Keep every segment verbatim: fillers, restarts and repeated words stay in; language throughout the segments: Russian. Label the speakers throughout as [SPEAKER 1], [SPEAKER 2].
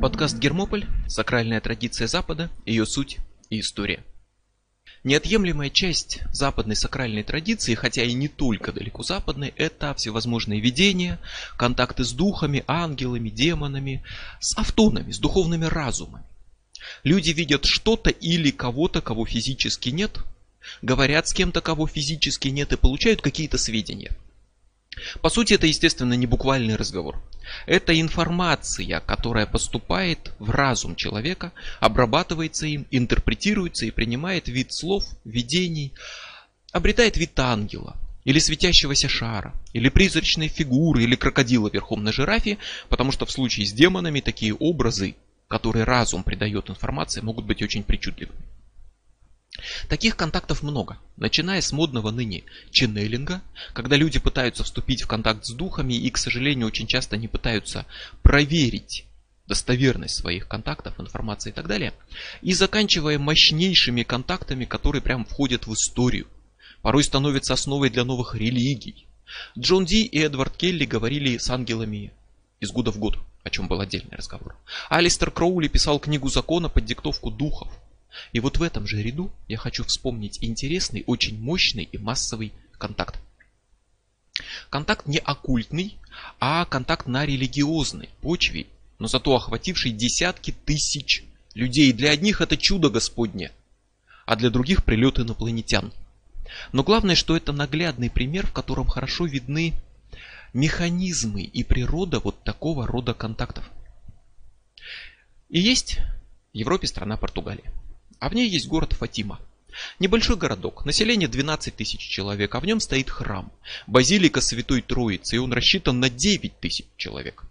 [SPEAKER 1] Подкаст «Гермополь. Сакральная традиция Запада, ее суть и история». Неотъемлемая часть западной сакральной традиции, хотя и не только далеко западной, это всевозможные видения, контакты с духами, ангелами, демонами, с автонами, с духовными разумами. Люди видят что-то или кого-то, кого физически нет, говорят с кем-то, кого физически нет, и получают какие-то сведения. По сути, это, естественно, не буквальный разговор. Это информация, которая поступает в разум человека, обрабатывается им, интерпретируется и принимает вид слов, видений, обретает вид ангела, или светящегося шара, или призрачной фигуры, или крокодила верхом на жирафе, потому что в случае с демонами такие образы, которые разум придает информации, могут быть очень причудливыми. Таких контактов много, начиная с модного ныне ченнелинга, когда люди пытаются вступить в контакт с духами и, к сожалению, очень часто не пытаются проверить достоверность своих контактов, информации и так далее, и заканчивая мощнейшими контактами, которые прям входят в историю, порой становятся основой для новых религий. Джон Ди и Эдвард Келли говорили с ангелами из года в год, о чем был отдельный разговор. Алистер Кроули писал книгу закона под диктовку духов. И вот в этом же ряду я хочу вспомнить интересный, очень мощный и массовый контакт. Контакт не оккультный, а контакт на религиозной почве, но зато охвативший десятки тысяч людей. Для одних это чудо Господне, а для других прилет инопланетян. Но главное, что это наглядный пример, в котором хорошо видны механизмы и природа вот такого рода контактов. И есть в Европе страна Португалия. А в ней есть город Фатима. Небольшой городок, население двенадцать тысяч человек, а в нем стоит храм, базилика Святой Троицы, и он рассчитан на девять тысяч человек.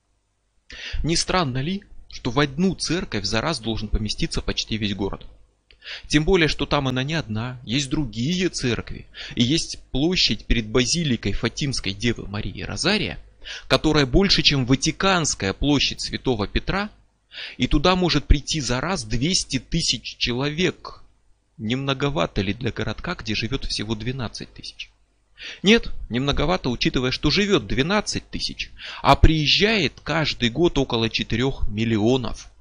[SPEAKER 1] Не странно ли, что в одну церковь за раз должен поместиться почти весь город? Тем более, что там она не одна, есть другие церкви, и есть площадь перед базиликой Фатимской Девы Марии Розария, которая больше, чем Ватиканская площадь Святого Петра, и туда может прийти за раз двести тысяч человек. Не многовато ли для городка, где живет всего двенадцать тысяч? Нет, не многовато, учитывая, что живет двенадцать тысяч, а приезжает каждый год около четырёх миллионов.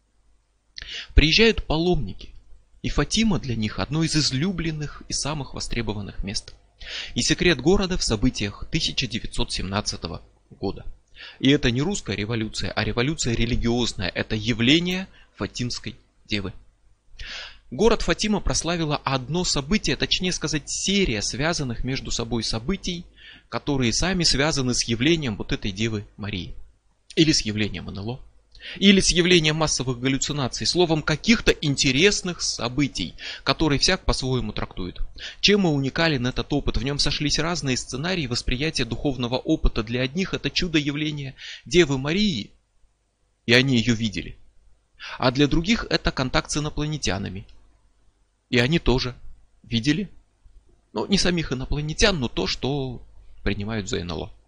[SPEAKER 1] Приезжают паломники, и Фатима для них одно из излюбленных и самых востребованных мест. И секрет города в событиях тысяча девятьсот семнадцатого года. И это не русская революция, а революция религиозная. Это явление Фатимской Девы. Город Фатима прославило одно событие, точнее сказать, серия связанных между собой событий, которые сами связаны с явлением вот этой Девы Марии. Или с явлением эн эл о. Или с явлением массовых галлюцинаций. Словом, каких-то интересных событий, которые всяк по-своему трактует. Чем и уникален этот опыт? В нем сошлись разные сценарии восприятия духовного опыта. Для одних это чудо явления Девы Марии, и они ее видели. А для других это контакт с инопланетянами. И они тоже видели. Ну, не самих инопланетян, но то, что принимают за эн эл о.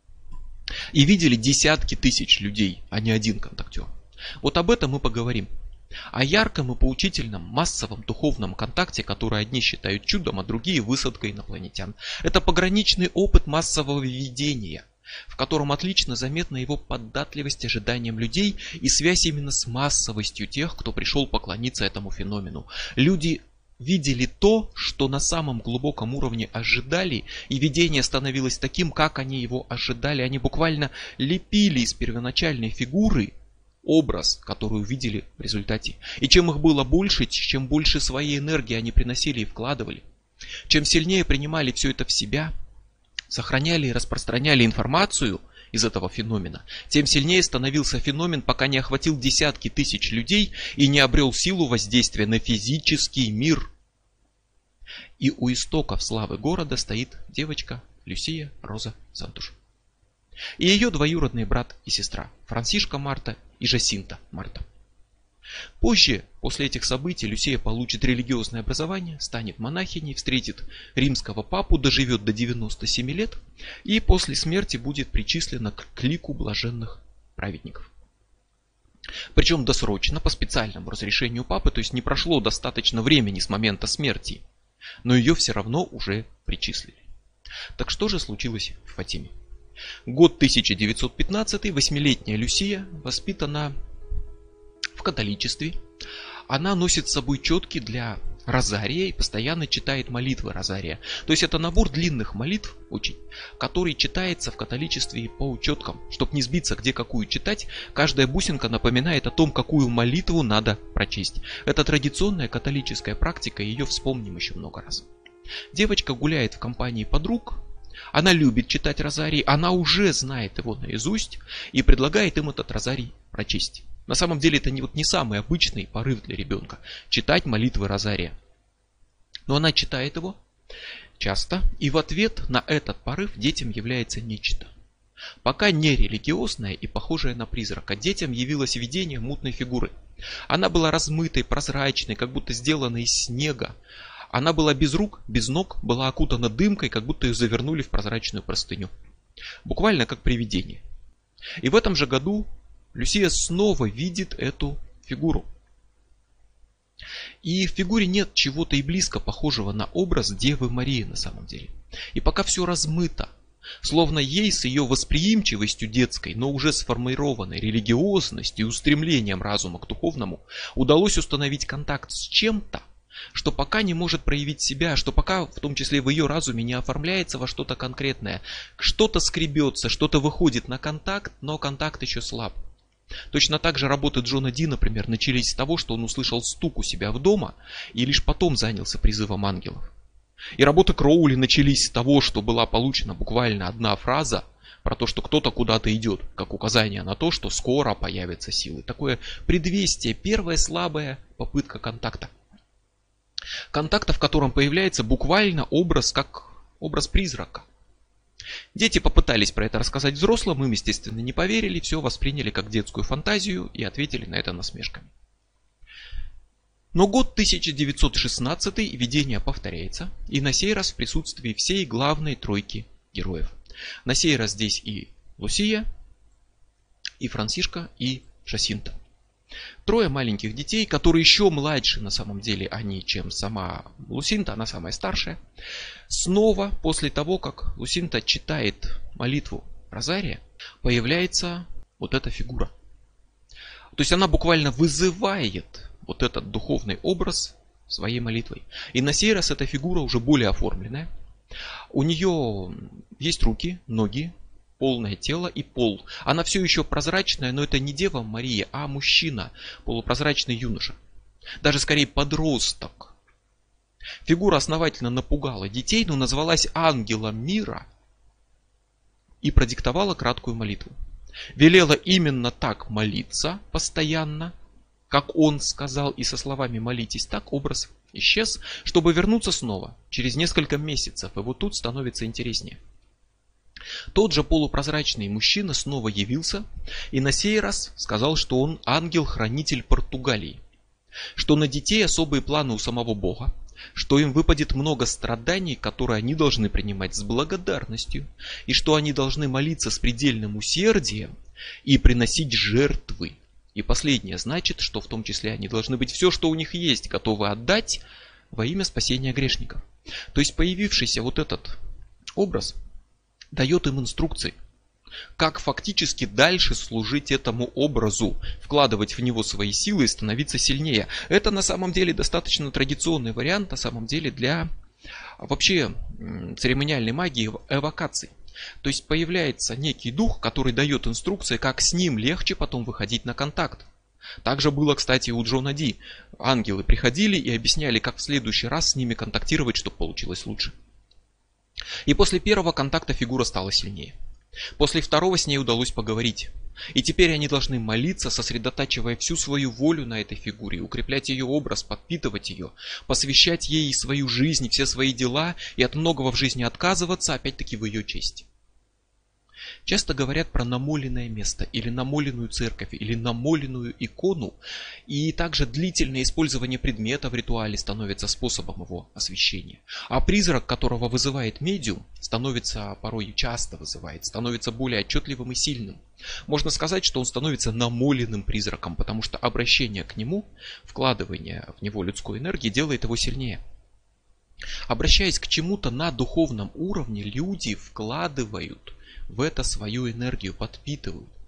[SPEAKER 1] И видели десятки тысяч людей, а не один контактер. Вот об этом мы поговорим. О ярком и поучительном массовом духовном контакте, который одни считают чудом, а другие высадкой инопланетян. Это пограничный опыт массового видения, в котором отлично заметна его податливость ожиданиям людей и связь именно с массовостью тех, кто пришел поклониться этому феномену. Люди видели то, что на самом глубоком уровне ожидали, и видение становилось таким, как они его ожидали. Они буквально лепили из первоначальной фигуры образ, который увидели в результате. И чем их было больше, чем больше своей энергии они приносили и вкладывали, чем сильнее принимали все это в себя, сохраняли и распространяли информацию из этого феномена, тем сильнее становился феномен, пока не охватил десятки тысяч людей и не обрел силу воздействия на физический мир. И у истоков славы города стоит девочка Люсия Роза Сантуш. И ее двоюродный брат и сестра Франсишка Марта и Жасинта Марта. Позже, после этих событий, Люсия получит религиозное образование, станет монахиней, встретит римского папу, доживет до девяноста семи лет и после смерти будет причислена к лику блаженных праведников. Причем досрочно, по специальному разрешению папы, то есть не прошло достаточно времени с момента смерти, но ее все равно уже причислили. Так что же случилось в Фатиме? Год тысяча девятьсот пятнадцатый, восьмилетняя Люсия воспитана католичестве она носит с собой четки для розария и постоянно читает молитвы розария. То есть это набор длинных молитв, очень, который читается в католичестве по четкам. Чтобы не сбиться, где какую читать, каждая бусинка напоминает о том, какую молитву надо прочесть. Это традиционная католическая практика, ее вспомним еще много раз. Девочка гуляет в компании подруг, она любит читать розарий, она уже знает его наизусть и предлагает им этот розарий прочесть. На самом деле это не, вот, не самый обычный порыв для ребенка – читать молитвы розария. Но она читает его часто, и в ответ на этот порыв детям является нечто. Пока не религиозное и похожее на призрака, детям явилось видение мутной фигуры. Она была размытой, прозрачной, как будто сделана из снега. Она была без рук, без ног, была окутана дымкой, как будто ее завернули в прозрачную простыню. Буквально как привидение. И в этом же году Люсия снова видит эту фигуру. И в фигуре нет чего-то и близко похожего на образ Девы Марии на самом деле. И пока все размыто, словно ей с ее восприимчивостью детской, но уже сформированной религиозностью и устремлением разума к духовному, удалось установить контакт с чем-то, что пока не может проявить себя, что пока в том числе в ее разуме не оформляется во что-то конкретное. Что-то скребется, что-то выходит на контакт, но контакт еще слаб. Точно так же работы Джона Ди, например, начались с того, что он услышал стук у себя в дома и лишь потом занялся призывом ангелов. И работы Кроули начались с того, что была получена буквально одна фраза про то, что кто-то куда-то идет, как указание на то, что скоро появятся силы. Такое предвестие, первая слабая попытка контакта. Контакта, в котором появляется буквально образ, как образ призрака. Дети попытались про это рассказать взрослым, им, естественно, не поверили, все восприняли как детскую фантазию и ответили на это насмешками. Но год тысяча девятьсот шестнадцатый, видение повторяется, и на сей раз в присутствии всей главной тройки героев. На сей раз здесь и Лусия, и Франсишка, и Жасинта. Трое маленьких детей, которые еще младше на самом деле они, чем сама Лусинта, она самая старшая. Снова после того, как Лусинта читает молитву розария, появляется вот эта фигура. То есть она буквально вызывает вот этот духовный образ своей молитвой. И на сей раз эта фигура уже более оформленная. У нее есть руки, ноги, полное тело и пол. Она все еще прозрачная, но это не Дева Мария, а мужчина, полупрозрачный юноша. Даже скорее подросток. Фигура основательно напугала детей, но назвалась ангелом мира и продиктовала краткую молитву. Велела именно так молиться постоянно, как он сказал, и со словами «молитесь так», образ исчез, чтобы вернуться снова через несколько месяцев. И вот тут становится интереснее. Тот же полупрозрачный мужчина снова явился и на сей раз сказал, что он ангел-хранитель Португалии, что на детей особые планы у самого Бога, что им выпадет много страданий, которые они должны принимать с благодарностью, и что они должны молиться с предельным усердием и приносить жертвы. И последнее значит, что в том числе они должны быть все, что у них есть, готовы отдать во имя спасения грешников. То есть появившийся вот этот образ дает им инструкции, как фактически дальше служить этому образу, вкладывать в него свои силы и становиться сильнее. Это на самом деле достаточно традиционный вариант, на самом деле, для вообще церемониальной магии эвокации. То есть появляется некий дух, который дает инструкции, как с ним легче потом выходить на контакт. Также было, кстати, у Джона Ди. Ангелы приходили и объясняли, как в следующий раз с ними контактировать, чтобы получилось лучше. И после первого контакта фигура стала сильнее. После второго с ней удалось поговорить. И теперь они должны молиться, сосредотачивая всю свою волю на этой фигуре, укреплять ее образ, подпитывать ее, посвящать ей свою жизнь, все свои дела и от многого в жизни отказываться, опять-таки в ее честь. Часто говорят про намоленное место, или намоленную церковь, или намоленную икону, и также длительное использование предмета в ритуале становится способом его освящения. А призрак, которого вызывает медиум, становится, порой часто вызывает, становится более отчетливым и сильным. Можно сказать, что он становится намоленным призраком, потому что обращение к нему, вкладывание в него людской энергии делает его сильнее. Обращаясь к чему-то на духовном уровне, люди вкладывают в это свою энергию, подпитывают.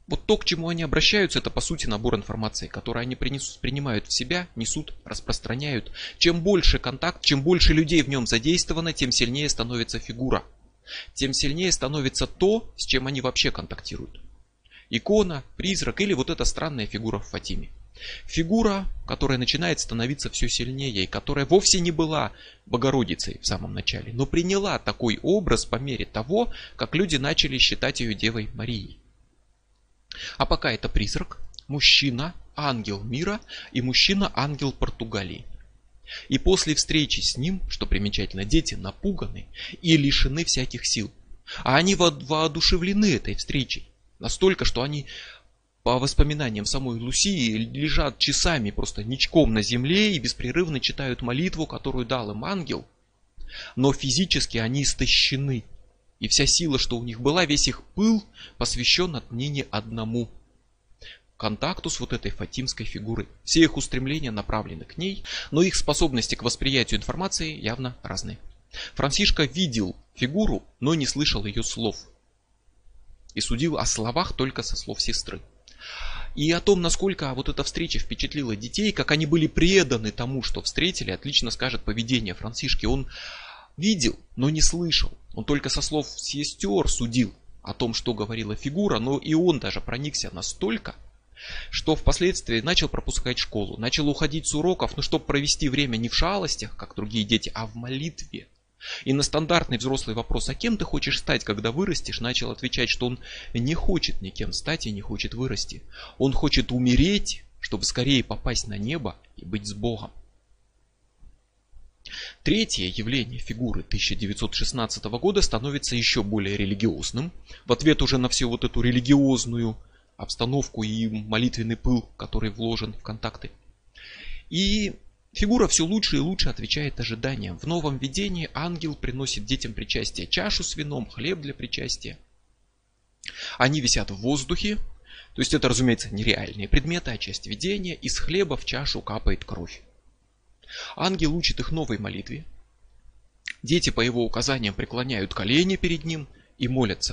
[SPEAKER 1] Вот то, к чему они обращаются, это по сути набор информации, который они принесут, принимают в себя, несут, распространяют. Чем больше контакт, чем больше людей в нем задействовано, тем сильнее становится фигура. Тем сильнее становится то, с чем они вообще контактируют. Икона, призрак или вот эта странная фигура в Фатиме. Фигура, которая начинает становиться все сильнее и которая вовсе не была Богородицей в самом начале, но приняла такой образ по мере того, как люди начали считать ее Девой Марией. А пока это призрак, мужчина, ангел мира и мужчина-ангел Португалии. И после встречи с ним, что примечательно, дети напуганы и лишены всяких сил. А они воодушевлены этой встречей. Настолько, что они, по воспоминаниям самой Лусии, лежат часами просто ничком на земле и беспрерывно читают молитву, которую дал им ангел. Но физически они истощены. И вся сила, что у них была, весь их пыл посвящен отныне одному контакту с вот этой фатимской фигурой. Все их устремления направлены к ней, но их способности к восприятию информации явно разные. Франсишко видел фигуру, но не слышал ее слов. И судил о словах только со слов сестры. И о том, насколько вот эта встреча впечатлила детей, как они были преданы тому, что встретили, отлично скажет поведение Франсишки. Он видел, но не слышал. Он только со слов сестер судил о том, что говорила фигура, но и он даже проникся настолько, что впоследствии начал пропускать школу, начал уходить с уроков, ну, чтобы провести время не в шалостях, как другие дети, а в молитве. И на стандартный взрослый вопрос: а кем ты хочешь стать, когда вырастешь, начал отвечать, что он не хочет никем стать и не хочет вырасти. Он хочет умереть, чтобы скорее попасть на небо и быть с Богом. Третье явление фигуры тысяча девятьсот шестнадцатого года становится еще более религиозным. В ответ уже на всю вот эту религиозную обстановку и молитвенный пыл, который вложен в контакты. И фигура все лучше и лучше отвечает ожиданиям. В новом видении ангел приносит детям причастие: чашу с вином, хлеб для причастия. Они висят в воздухе, то есть это, разумеется, нереальные предметы, а часть видения. Из хлеба в чашу капает кровь. Ангел учит их новой молитве. Дети по его указаниям преклоняют колени перед ним и молятся.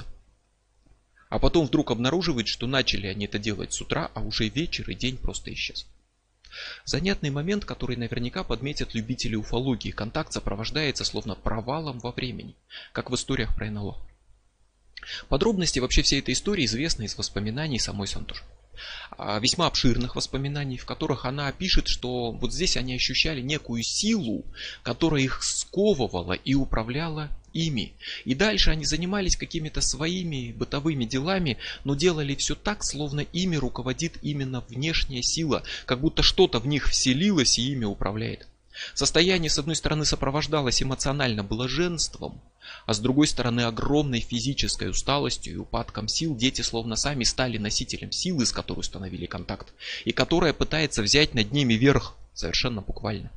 [SPEAKER 1] А потом вдруг обнаруживают, что начали они это делать с утра, а уже вечер и день просто исчез. Занятный момент, который наверняка подметят любители уфологии. Контакт сопровождается словно провалом во времени, как в историях про эн эл о. Подробности вообще всей этой истории известны из воспоминаний самой Сантош. Весьма обширных воспоминаний, в которых она пишет, что вот здесь они ощущали некую силу, которая их сковывала и управляла ими. И дальше они занимались какими-то своими бытовыми делами, но делали все так, словно ими руководит именно внешняя сила, как будто что-то в них вселилось и ими управляет. Состояние, с одной стороны, сопровождалось эмоционально блаженством, а с другой стороны огромной физической усталостью и упадком сил. Дети словно сами стали носителем силы, с которой установили контакт, и которая пытается взять над ними верх, совершенно буквально.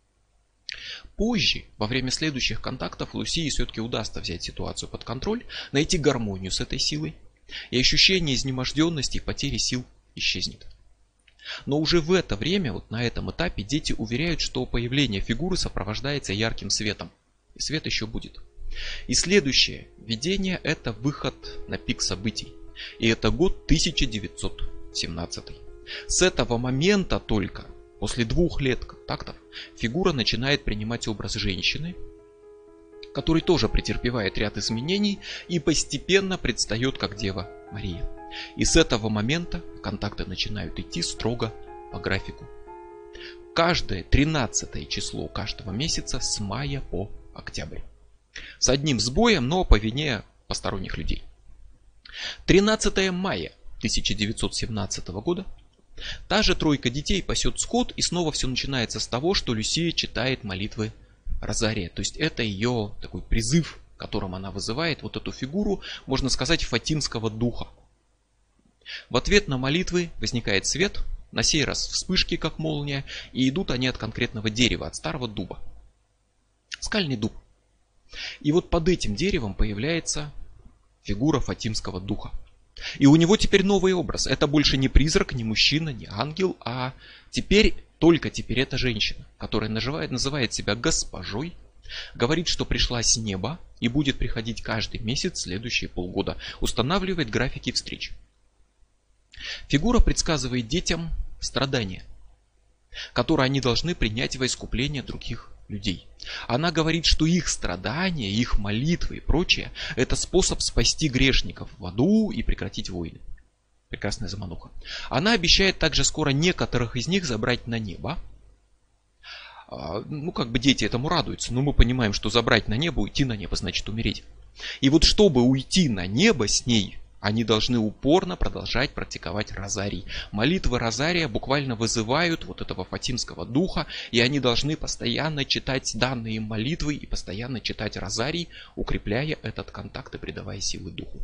[SPEAKER 1] Позже, во время следующих контактов, Лусии все-таки удастся взять ситуацию под контроль, найти гармонию с этой силой, и ощущение изнеможденности и потери сил исчезнет. Но уже в это время, вот на этом этапе, дети уверяют, что появление фигуры сопровождается ярким светом. И свет еще будет. И следующее видение — это выход на пик событий. И это год тысяча девятьсот семнадцатый. С этого момента только, после двух лет контактов, фигура начинает принимать образ женщины, который тоже претерпевает ряд изменений и постепенно предстает как Дева Мария. И с этого момента контакты начинают идти строго по графику. Каждое тринадцатое число каждого месяца с мая по октябрь. С одним сбоем, но по вине посторонних людей. тринадцатое мая тысяча девятьсот семнадцатого года. Та же тройка детей пасет скот, и снова все начинается с того, что Люсия читает молитвы Розария. То есть это ее такой призыв, которым она вызывает вот эту фигуру, можно сказать, фатимского духа. В ответ на молитвы возникает свет, на сей раз вспышки, как молния, и идут они от конкретного дерева, от старого дуба. Скальный дуб. И вот под этим деревом появляется фигура фатимского духа. И у него теперь новый образ. Это больше не призрак, не мужчина, не ангел, а теперь, только теперь это женщина, которая называет, называет себя госпожой, говорит, что пришла с неба и будет приходить каждый месяц следующие полгода, устанавливает графики встреч. Фигура предсказывает детям страдания, которые они должны принять во искупление других людей. Она говорит, что их страдания, их молитвы и прочее – это способ спасти грешников в аду и прекратить войны. Прекрасная замануха. Она обещает также скоро некоторых из них забрать на небо. Ну, как бы дети этому радуются, но мы понимаем, что забрать на небо, уйти на небо, значит умереть. И вот чтобы уйти на небо с ней, они должны упорно продолжать практиковать розарий. Молитвы розария буквально вызывают вот этого фатимского духа, и они должны постоянно читать данные им молитвы и постоянно читать розарий, укрепляя этот контакт и придавая силы духу.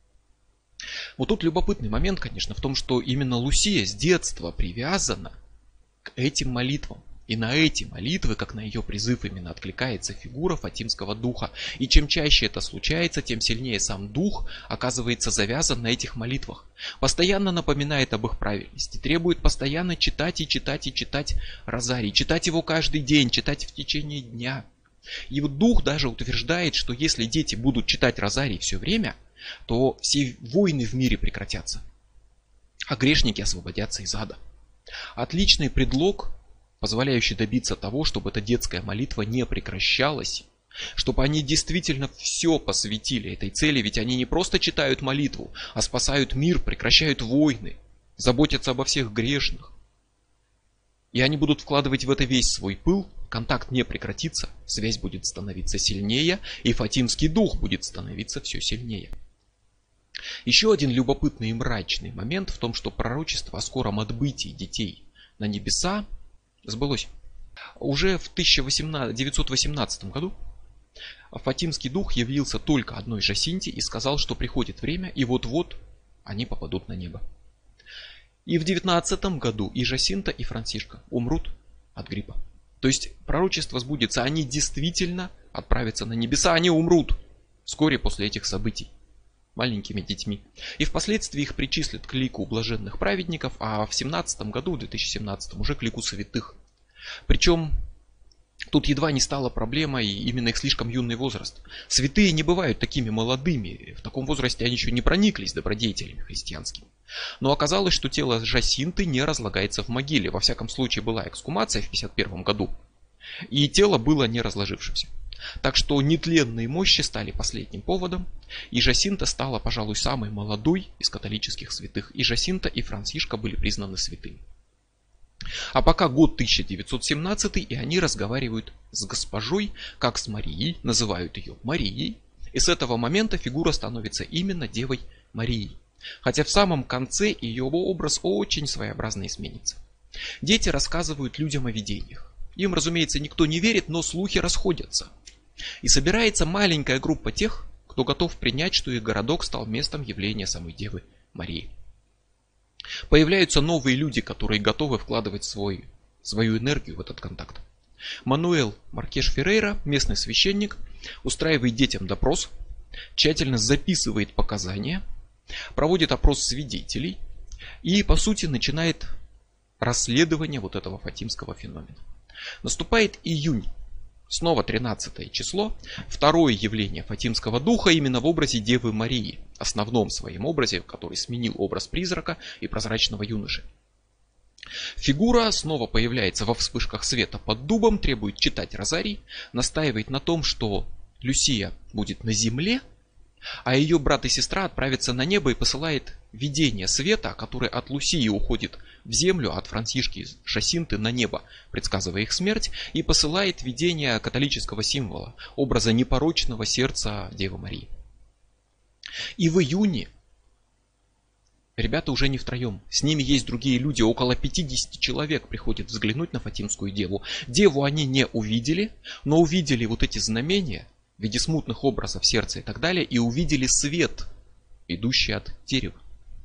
[SPEAKER 1] Вот тут любопытный момент, конечно, в том, что именно Лусия с детства привязана к этим молитвам. И на эти молитвы, как на ее призыв, именно откликается фигура фатимского духа. И чем чаще это случается, тем сильнее сам дух оказывается завязан на этих молитвах. Постоянно напоминает об их правильности, требует постоянно читать и читать и читать розарий, читать его каждый день, читать в течение дня. И вот дух даже утверждает, что если дети будут читать розарий все время, то все войны в мире прекратятся, а грешники освободятся из ада. Отличный предлог, позволяющий добиться того, чтобы эта детская молитва не прекращалась, чтобы они действительно все посвятили этой цели, ведь они не просто читают молитву, а спасают мир, прекращают войны, заботятся обо всех грешных. И они будут вкладывать в это весь свой пыл, контакт не прекратится, связь будет становиться сильнее, и фатимский дух будет становиться все сильнее. Еще один любопытный и мрачный момент в том, что пророчество о скором отбытии детей на небеса сбылось. Уже в тысяча девятьсот восемнадцатом году фатимский дух явился только одной Жасинте и сказал, что приходит время, и вот-вот они попадут на небо. И в девятнадцатом году и Жасинта, и Франсишка умрут от гриппа. То есть пророчество сбудется, они действительно отправятся на небеса, они умрут вскоре после этих событий маленькими детьми. И впоследствии их причислят к лику блаженных праведников, а в семнадцатом году, в две тысячи семнадцатом, уже к лику святых. Причем тут едва не стала проблемой именно их слишком юный возраст. Святые не бывают такими молодыми, в таком возрасте они еще не прониклись добродетелями христианскими. Но оказалось, что тело Жасинты не разлагается в могиле. Во всяком случае была эксгумация в пятьдесят первом году, и тело было не разложившимся. Так что нетленные мощи стали последним поводом, и Жасинта стала, пожалуй, самой молодой из католических святых. И Жасинта, и Франсишка были признаны святыми. А пока год тысяча девятьсот семнадцатый, и они разговаривают с госпожой, как с Марией, называют ее Марией, и с этого момента фигура становится именно Девой Марией. Хотя в самом конце ее образ очень своеобразно изменится. Дети рассказывают людям о видениях. Им, разумеется, никто не верит, но слухи расходятся. И собирается маленькая группа тех, кто готов принять, что их городок стал местом явления самой Девы Марии. Появляются новые люди, которые готовы вкладывать свой, свою энергию в этот контакт. Мануэл Маркеш Феррейра, местный священник, устраивает детям допрос, тщательно записывает показания, проводит опрос свидетелей и, по сути, начинает расследование вот этого фатимского феномена. Наступает июнь. Снова тринадцатое число, второе явление фатимского духа именно в образе Девы Марии, основном своем образе, который сменил образ призрака и прозрачного юноши. Фигура снова появляется во вспышках света под дубом, требует читать розарий, настаивает на том, что Люсия будет на земле, а ее брат и сестра отправятся на небо и посылает видение света, которое от Лусии уходит в землю, а от Франсишки и Жасинты на небо, предсказывая их смерть, и посылает видение католического символа, образа непорочного сердца Девы Марии. И в июне ребята уже не втроем, с ними есть другие люди, около пятьдесят человек приходят взглянуть на Фатимскую Деву. Деву они не увидели, но увидели вот эти знамения в виде смутных образов сердца и так далее, и увидели свет, идущий от дерева.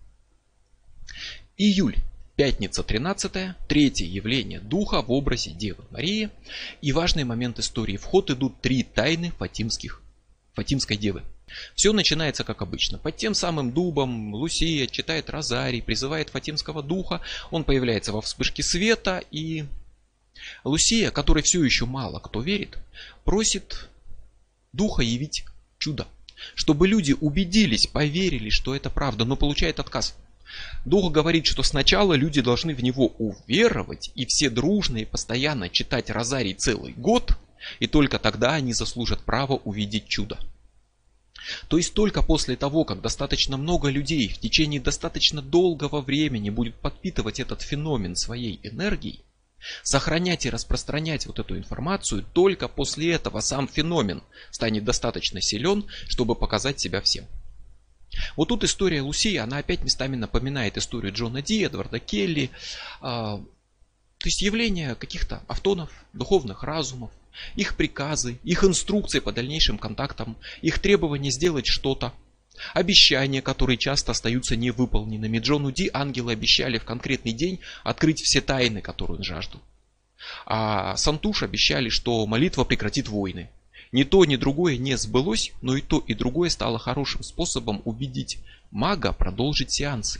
[SPEAKER 1] Июль, пятница тринадцатое, третье явление духа в образе Девы Марии. И важный момент истории. В ход идут три тайны фатимских, Фатимской Девы. Все начинается как обычно. Под тем самым дубом Лусия читает розарий, призывает фатимского духа. Он появляется во вспышке света, и Лусия, которой все еще мало кто верит, просит духа явить чудо, чтобы люди убедились, поверили, что это правда, но получает отказ. Дух говорит, что сначала люди должны в него уверовать, и все дружно и постоянно читать розарий целый год, и только тогда они заслужат право увидеть чудо. То есть только после того, как достаточно много людей в течение достаточно долгого времени будет подпитывать этот феномен своей энергией, сохранять и распространять вот эту информацию, только после этого сам феномен станет достаточно силен, чтобы показать себя всем. Вот тут история Лусии, она опять местами напоминает историю Джона Ди, Эдварда Келли. То есть явление каких-то автонов, духовных разумов, их приказы, их инструкции по дальнейшим контактам, их требования сделать что-то, обещания, которые часто остаются невыполненными. Джону Ди ангелы обещали в конкретный день открыть все тайны, которые он жаждал. А Сантуш обещали, что молитва прекратит войны. Ни то, ни другое не сбылось, но и то, и другое стало хорошим способом убедить мага продолжить сеансы.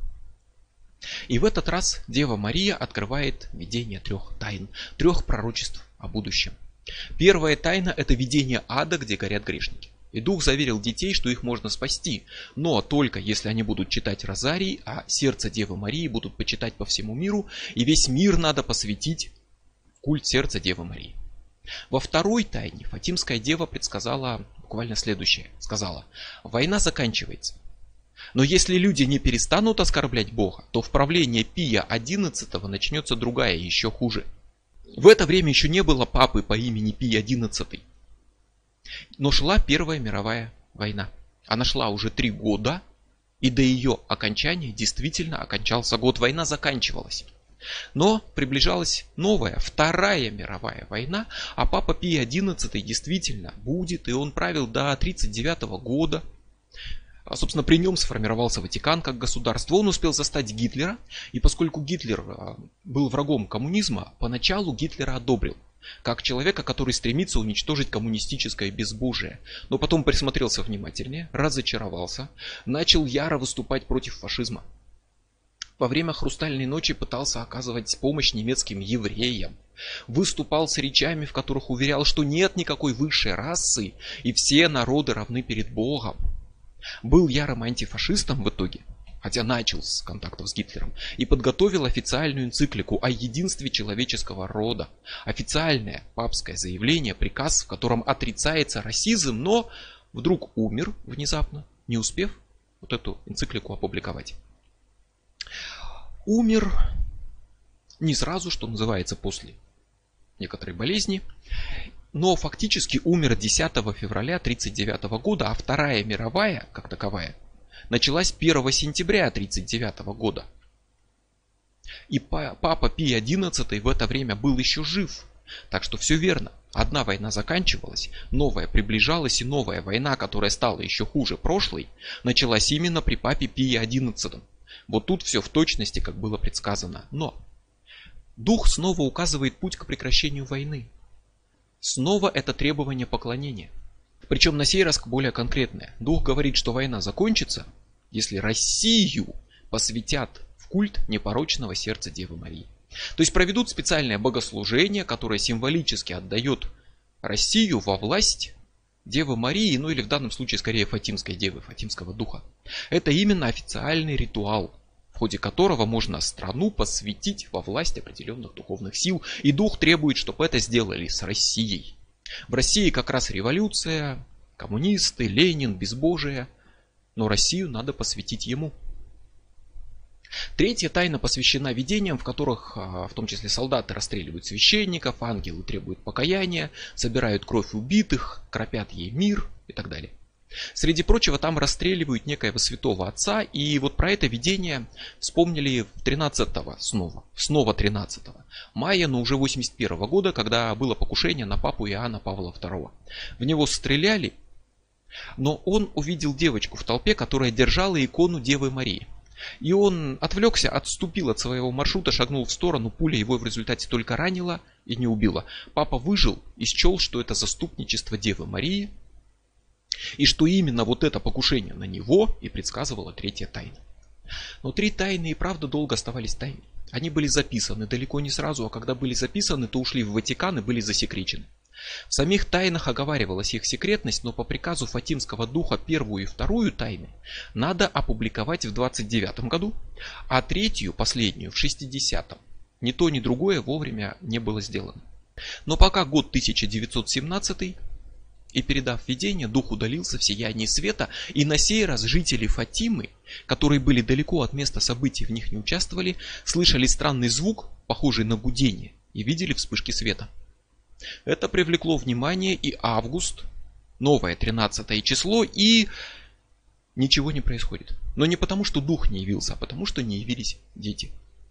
[SPEAKER 1] И в этот раз Дева Мария открывает видение трех тайн, трех пророчеств о будущем. Первая тайна – это видение ада, где горят грешники. И Дух заверил детей, что их можно спасти, но только если они будут читать розарий, а сердце Девы Марии будут почитать по всему миру, и весь мир надо посвятить в культ сердца Девы Марии. Во второй тайне Фатимская дева предсказала буквально следующее. Сказала: война заканчивается. Но если люди не перестанут оскорблять Бога, то в правлении Пия одиннадцатого начнется другая, еще хуже. В это время еще не было папы по имени Пий одиннадцатый. Но шла Первая мировая война. Она шла уже три года, и до ее окончания действительно окончался год. Война заканчивалась. Но приближалась новая, Вторая мировая война, а папа Пий одиннадцатый действительно будет, и он правил до тридцать девятого года. А, собственно, при нем сформировался Ватикан как государство. Он успел застать Гитлера, и поскольку Гитлер был врагом коммунизма, поначалу Гитлера одобрил, как человека, который стремится уничтожить коммунистическое безбожие. Но потом присмотрелся внимательнее, разочаровался, начал яро выступать против фашизма. Во время «Хрустальной ночи» пытался оказывать помощь немецким евреям. Выступал с речами, в которых уверял, что нет никакой высшей расы и все народы равны перед Богом. Был ярым антифашистом в итоге, хотя начал с контактов с Гитлером, и подготовил официальную энциклику о единстве человеческого рода. Официальное папское заявление, приказ, в котором отрицается расизм, но вдруг умер внезапно, не успев вот эту энциклику опубликовать. Умер не сразу, что называется, после некоторой болезни, но фактически умер десятого февраля тысяча девятьсот тридцать девятого года, а Вторая мировая, как таковая, началась первого сентября тысяча девятьсот тридцать девятого года. И папа Пий одиннадцатый в это время был еще жив. Так что все верно. Одна война заканчивалась, новая приближалась, и новая война, которая стала еще хуже прошлой, началась именно при папе Пии одиннадцатом. Вот тут все в точности, как было предсказано. Но Дух снова указывает путь к прекращению войны. Снова это требование поклонения. Причем на сей раз более конкретное. Дух говорит, что война закончится, если Россию посвятят в культ непорочного сердца Девы Марии. То есть проведут специальное богослужение, которое символически отдает Россию во власть Девы Марии, ну или в данном случае скорее Фатимской Девы, Фатимского Духа. Это именно официальный ритуал, в ходе которого можно страну посвятить во власть определенных духовных сил. И Дух требует, чтобы это сделали с Россией. В России как раз революция, коммунисты, Ленин, безбожие. Но Россию надо посвятить ему. Третья тайна посвящена видениям, в которых в том числе солдаты расстреливают священников, ангелы требуют покаяния, собирают кровь убитых, кропят ей мир и так далее. Среди прочего там расстреливают некоего святого отца, и вот про это видение вспомнили тринадцатого снова, снова тринадцатого мая, но уже восемьдесят первого года, когда было покушение на папу Иоанна Павла второго. В него стреляли, но он увидел девочку в толпе, которая держала икону Девы Марии. И он отвлекся, отступил от своего маршрута, шагнул в сторону, пуля его в результате только ранила и не убила. Папа выжил и счел, что это заступничество Девы Марии, и что именно вот это покушение на него и предсказывала третья тайна. Но три тайны и правда долго оставались тайной. Они были записаны далеко не сразу, а когда были записаны, то ушли в Ватикан и были засекречены. В самих тайнах оговаривалась их секретность, но по приказу Фатимского духа первую и вторую тайны надо опубликовать в двадцать девятом году, а третью, последнюю, в шестидесятом. Ни то, ни другое вовремя не было сделано. Но пока год тысяча девятьсот семнадцатый, и передав видение, дух удалился в сиянии света, и на сей раз жители Фатимы, которые были далеко от места событий, в них не участвовали, слышали странный звук, похожий на гудение, и видели вспышки света. Это привлекло внимание, и август, новое тринадцатое число, и ничего не происходит. Но не потому, что дух не явился, а потому, что не явились дети.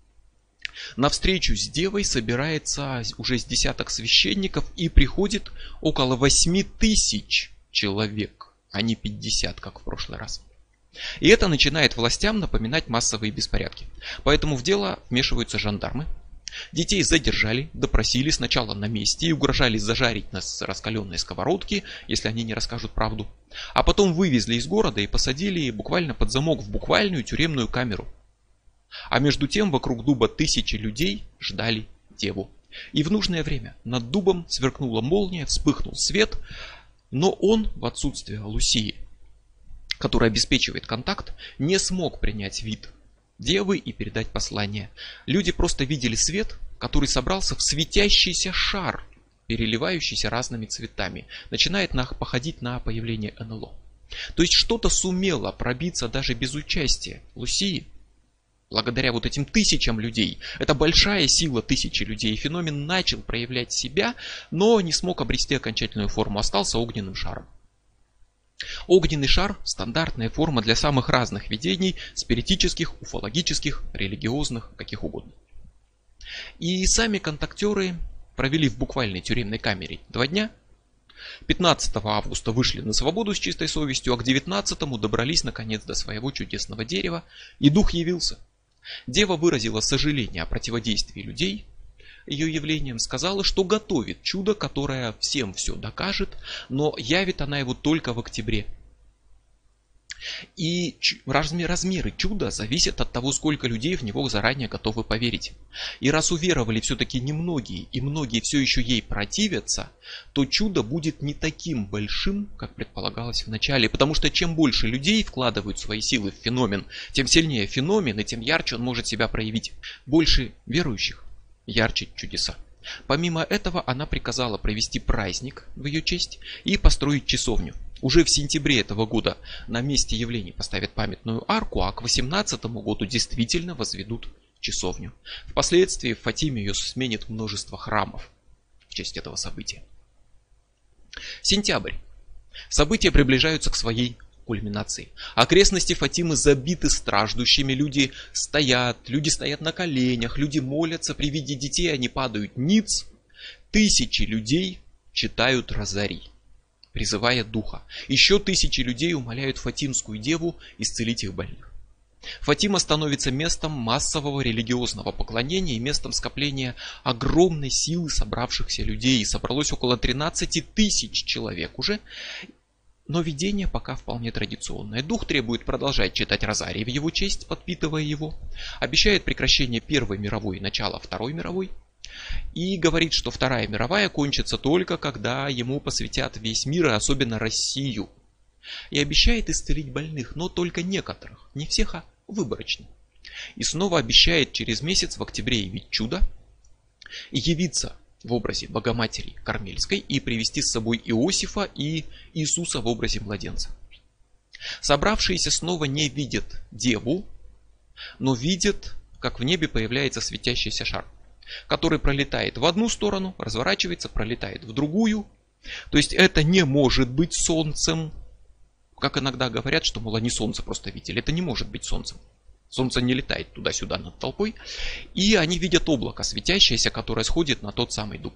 [SPEAKER 1] На встречу с девой собирается уже с десяток священников, и приходит около восьми тысяч человек, а не пятьдесят, как в прошлый раз. И это начинает властям напоминать массовые беспорядки. Поэтому в дело вмешиваются жандармы. Детей задержали, допросили сначала на месте и угрожали зажарить нас с раскаленной сковородки, если они не расскажут правду. А потом вывезли из города и посадили буквально под замок в буквальную тюремную камеру. А между тем вокруг дуба тысячи людей ждали деву. И в нужное время над дубом сверкнула молния, вспыхнул свет, но он в отсутствие Лусии, которая обеспечивает контакт, не смог принять вид девы и передать послание. Люди просто видели свет, который собрался в светящийся шар, переливающийся разными цветами. Начинает на, походить на появление эн эл о. То есть что-то сумело пробиться даже без участия Лусии. Благодаря вот этим тысячам людей, это большая сила тысячи людей, феномен начал проявлять себя, но не смог обрести окончательную форму, остался огненным шаром. Огненный шар – стандартная форма для самых разных видений, спиритических, уфологических, религиозных, каких угодно. И сами контактеры провели в буквальной тюремной камере два дня. пятнадцатого августа вышли на свободу с чистой совестью, а к девятнадцатому добрались наконец до своего чудесного дерева, и дух явился. Дева выразила сожаление о противодействии людей ее явлением, сказала, что готовит чудо, которое всем все докажет, но явит она его только в октябре. И размеры чуда зависят от того, сколько людей в него заранее готовы поверить. И раз уверовали все-таки немногие, и многие все еще ей противятся, то чудо будет не таким большим, как предполагалось в начале. Потому что чем больше людей вкладывают свои силы в феномен, тем сильнее феномен, и тем ярче он может себя проявить. Больше верующих, ярче чудеса. Помимо этого, она приказала провести праздник в ее честь и построить часовню. Уже в сентябре этого года на месте явлений поставят памятную арку, а к восемнадцатому году действительно возведут часовню. Впоследствии в Фатиме ее сменит множество храмов в честь этого события. Сентябрь. События приближаются к своей кульминации. Окрестности Фатимы забиты страждущими, люди стоят, люди стоят на коленях, люди молятся, при виде детей они падают ниц. Тысячи людей читают розарий, призывая духа. Еще тысячи людей умоляют Фатимскую деву исцелить их больных. Фатима становится местом массового религиозного поклонения и местом скопления огромной силы собравшихся людей. И собралось около тринадцати тысяч человек уже. Но видение пока вполне традиционное. Дух требует продолжать читать розарий в его честь, подпитывая его. Обещает прекращение Первой мировой и начало Второй мировой. И говорит, что Вторая мировая кончится только когда ему посвятят весь мир, и особенно Россию. И обещает исцелить больных, но только некоторых. Не всех, а выборочно. И снова обещает через месяц в октябре явить чудо. И явиться в образе Богоматери Кармельской и привести с собой Иосифа и Иисуса в образе младенца. Собравшиеся снова не видят деву, но видят, как в небе появляется светящийся шар, который пролетает в одну сторону, разворачивается, пролетает в другую. То есть это не может быть солнцем, как иногда говорят, что, мол, они солнце просто видели. Это не может быть солнцем. Солнце не летает туда-сюда над толпой. И они видят облако светящееся, которое сходит на тот самый дуб.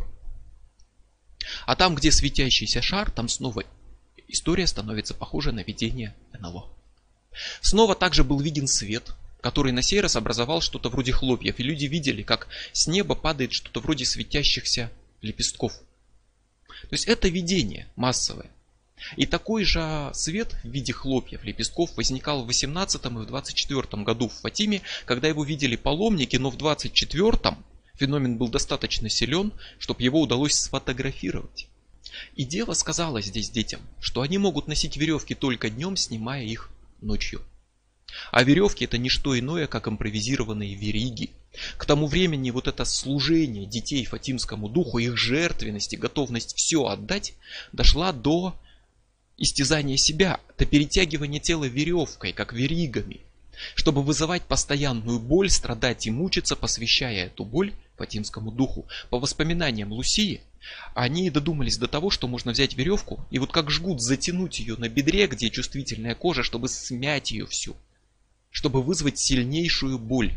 [SPEAKER 1] А там, где светящийся шар, там снова история становится похожа на видение эн эл о. Снова также был виден свет, который на сей раз образовал что-то вроде хлопьев. И люди видели, как с неба падает что-то вроде светящихся лепестков. То есть это видение массовое. И такой же свет в виде хлопьев, лепестков возникал в восемнадцатом и в двадцать четвёртом году в Фатиме, когда его видели паломники, но в двадцать четвёртом феномен был достаточно силен, чтобы его удалось сфотографировать. И дева сказала здесь детям, что они могут носить веревки только днем, снимая их ночью. А веревки это не что иное, как импровизированные вериги. К тому времени вот это служение детей Фатимскому духу, их жертвенность и готовность все отдать, дошла до истязания себя, до перетягивания тела веревкой, как веригами, чтобы вызывать постоянную боль, страдать и мучиться, посвящая эту боль Фатимскому духу. По воспоминаниям Лусии, они додумались до того, что можно взять веревку и вот как жгут затянуть ее на бедре, где чувствительная кожа, чтобы смять ее всю, чтобы вызвать сильнейшую боль.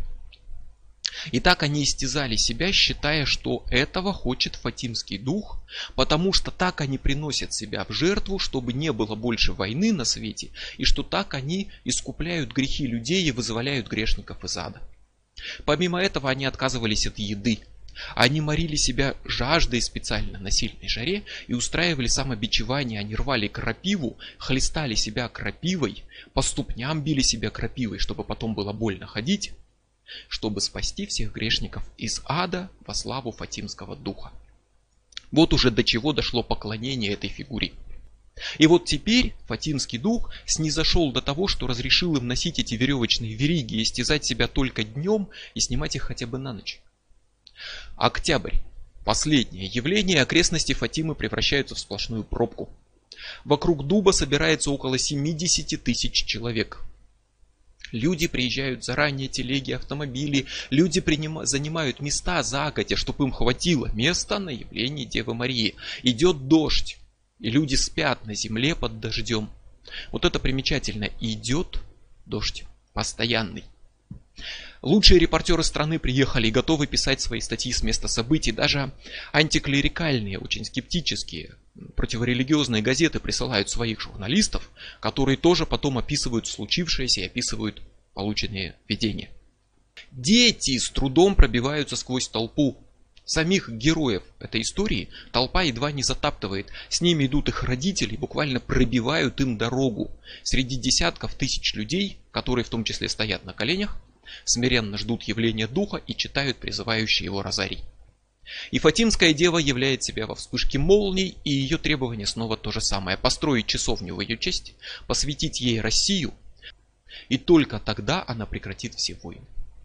[SPEAKER 1] И так они истязали себя, считая, что этого хочет Фатимский дух, потому что так они приносят себя в жертву, чтобы не было больше войны на свете, и что так они искупляют грехи людей и вызволяют грешников из ада. Помимо этого они отказывались от еды. Они морили себя жаждой специально на сильной жаре и устраивали самобичевание. Они рвали крапиву, хлестали себя крапивой, по ступням били себя крапивой, чтобы потом было больно ходить, чтобы спасти всех грешников из ада во славу Фатимского духа. Вот уже до чего дошло поклонение этой фигуре. И вот теперь Фатимский дух снизошел до того, что разрешил им носить эти веревочные вериги и истязать себя только днем и снимать их хотя бы на ночь. Октябрь. Последнее явление, окрестности Фатимы превращаются в сплошную пробку. Вокруг дуба собирается около семидесяти тысяч человек. Люди приезжают заранее, телеги, автомобили. Люди приним... занимают места загодя, чтобы им хватило места на явление Девы Марии. Идет дождь, и люди спят на земле под дождем. Вот это примечательно. Идет дождь постоянный. Лучшие репортеры страны приехали и готовы писать свои статьи с места событий. Даже антиклерикальные, очень скептические, противорелигиозные газеты присылают своих журналистов, которые тоже потом описывают случившееся и описывают полученные видения. Дети с трудом пробиваются сквозь толпу. Самих героев этой истории толпа едва не затаптывает. С ними идут их родители, буквально пробивают им дорогу. Среди десятков тысяч людей, которые в том числе стоят на коленях, смиренно ждут явления духа и читают призывающий его розарий. И Фатимская дева являет себя во вспышке молний, и ее требование снова то же самое. Построить часовню в ее честь, посвятить ей Россию, и только тогда она прекратит все войны.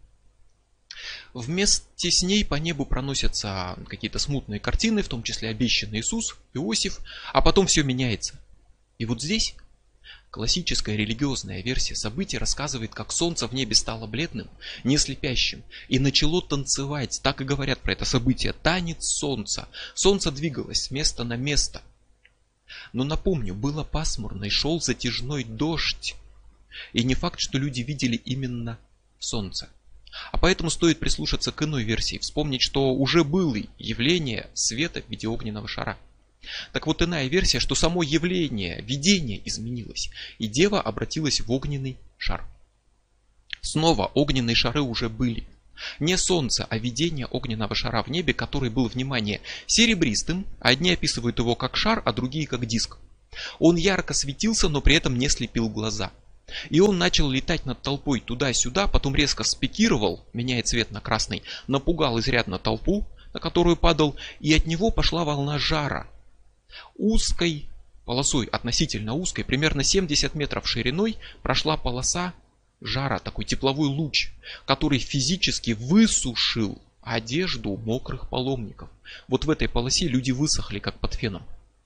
[SPEAKER 1] Вместе с ней по небу проносятся какие-то смутные картины, в том числе обещанный Иисус, Иосиф, а потом все меняется. И вот здесь классическая религиозная версия событий рассказывает, как солнце в небе стало бледным, не слепящим, и начало танцевать. Так и говорят про это событие. Танец солнца. Солнце двигалось с места на место. Но напомню, было пасмурно и шел затяжной дождь. И не факт, что люди видели именно солнце. А поэтому стоит прислушаться к иной версии, вспомнить, что уже было явление света в виде огненного шара. Так вот, иная версия, что само явление, видение изменилось, и дева обратилась в огненный шар. Снова огненные шары уже были. Не солнце, а видение огненного шара в небе, который был, внимание, серебристым. Одни описывают его как шар, а другие как диск. Он ярко светился, но при этом не слепил глаза. И он начал летать над толпой туда-сюда, потом резко спикировал, меняя цвет на красный, напугал изрядно толпу, на которую падал, и от него пошла волна жара. Узкой полосой, относительно узкой, примерно семьдесят метров шириной, прошла полоса жара, такой тепловой луч, который физически высушил одежду мокрых паломников. Вот в этой полосе люди высохли, как под феном.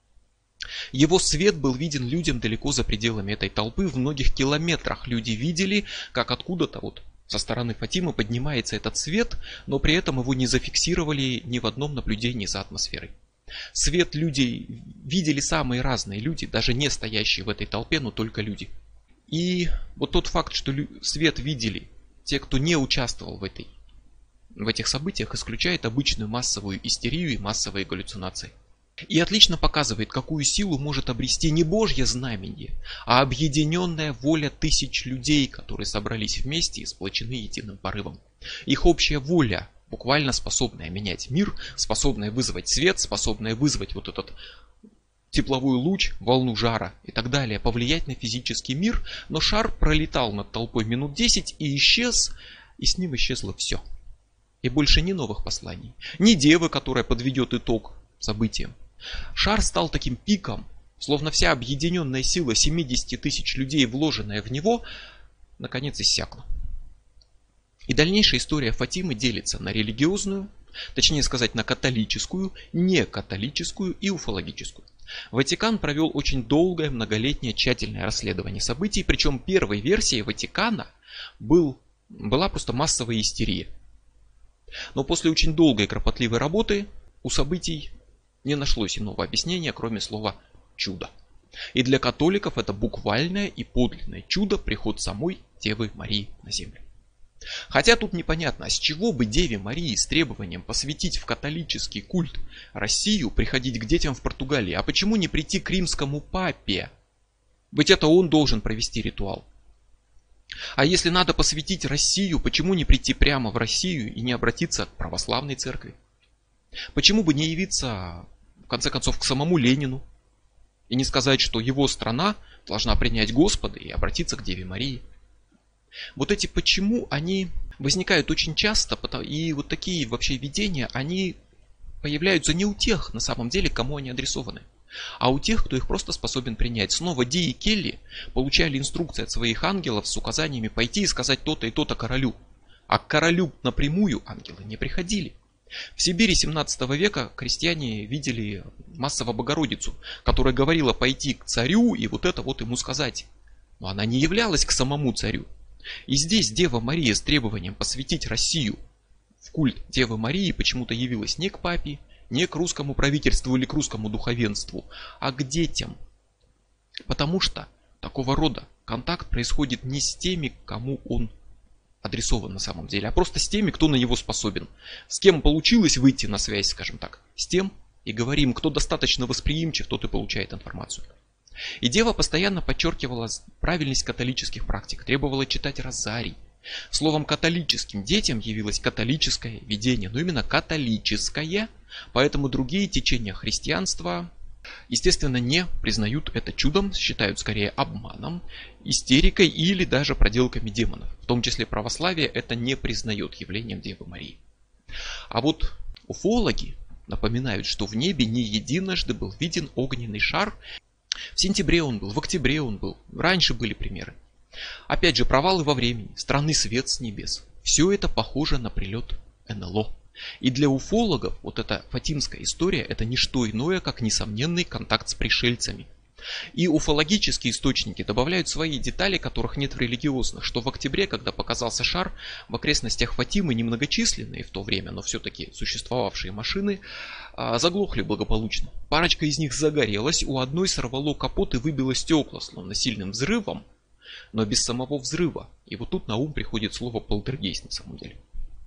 [SPEAKER 1] Его свет был виден людям далеко за пределами этой толпы, в многих километрах люди видели, как откуда-то вот со стороны Фатимы поднимается этот свет, но при этом его не зафиксировали ни в одном наблюдении за атмосферой. Свет людей видели самые разные люди, даже не стоящие в этой толпе, но только люди. И вот тот факт, что свет видели те, кто не участвовал в, этой, в этих событиях, исключает обычную массовую истерию и массовые галлюцинации. И отлично показывает, какую силу может обрести не Божье знамение, а объединенная воля тысяч людей, которые собрались вместе и сплочены единым порывом. Их общая воля, буквально способная менять мир, способная вызвать свет, способная вызвать вот этот тепловой луч, волну жара и так далее, повлиять на физический мир. Но шар пролетал над толпой минут десять и исчез, и с ним исчезло все. И больше ни новых посланий, ни девы, которая подведет итог событиям, Шар стал таким пиком, словно вся объединенная сила семидесяти тысяч людей, вложенная в него, наконец иссякла. И дальнейшая история Фатимы делится на религиозную, точнее сказать, на католическую, некатолическую и уфологическую. Ватикан провел очень долгое, многолетнее, тщательное расследование событий, причем первой версией Ватикана был, была просто массовая истерия. Но после очень долгой и кропотливой работы у событий не нашлось иного объяснения, кроме слова «чудо». И для католиков это буквальное и подлинное чудо — приход самой Девы Марии на землю. Хотя тут непонятно, а с чего бы Деве Марии с требованием посвятить в католический культ Россию приходить к детям в Португалии? А почему не прийти к римскому папе? Ведь это он должен провести ритуал. А если надо посвятить Россию, почему не прийти прямо в Россию и не обратиться к православной церкви? Почему бы не явиться, в конце концов, к самому Ленину и не сказать, что его страна должна принять Господа и обратиться к Деве Марии? Вот эти почему, они возникают очень часто, и вот такие вообще видения, они появляются не у тех, на самом деле, кому они адресованы, а у тех, кто их просто способен принять. Снова Ди и Келли получали инструкции от своих ангелов с указаниями пойти и сказать то-то и то-то королю. А к королю напрямую ангелы не приходили. В Сибири семнадцатого века крестьяне видели массово Богородицу, которая говорила пойти к царю и вот это вот ему сказать. Но она не являлась к самому царю. И здесь Дева Мария с требованием посвятить Россию в культ Девы Марии почему-то явилась не к папе, не к русскому правительству или к русскому духовенству, а к детям. Потому что такого рода контакт происходит не с теми, кому он адресован на самом деле, а просто с теми, кто на него способен. С кем получилось выйти на связь, скажем так, с тем и говорим, кто достаточно восприимчив, тот и получает информацию. И Дева постоянно подчеркивала правильность католических практик, требовала читать розарий. Словом, католическим детям явилось католическое видение, но именно католическое, поэтому другие течения христианства, естественно, не признают это чудом, считают скорее обманом, истерикой или даже проделками демонов. В том числе православие это не признает явлением Девы Марии. А вот уфологи напоминают, что в небе не единожды был виден огненный шар. В сентябре он был, в октябре он был, раньше были примеры. Опять же, провалы во времени, странный свет с небес. Все это похоже на прилет эн эл о. И для уфологов вот эта фатимская история — это не что иное, как несомненный контакт с пришельцами. И уфологические источники добавляют свои детали, которых нет в религиозных, что в октябре, когда показался шар, в окрестностях Фатимы немногочисленные в то время, но все-таки существовавшие машины заглохли благополучно. Парочка из них загорелась, у одной сорвало капот и выбило стекла, словно сильным взрывом, но без самого взрыва. И вот тут на ум приходит слово полтергейст на самом деле.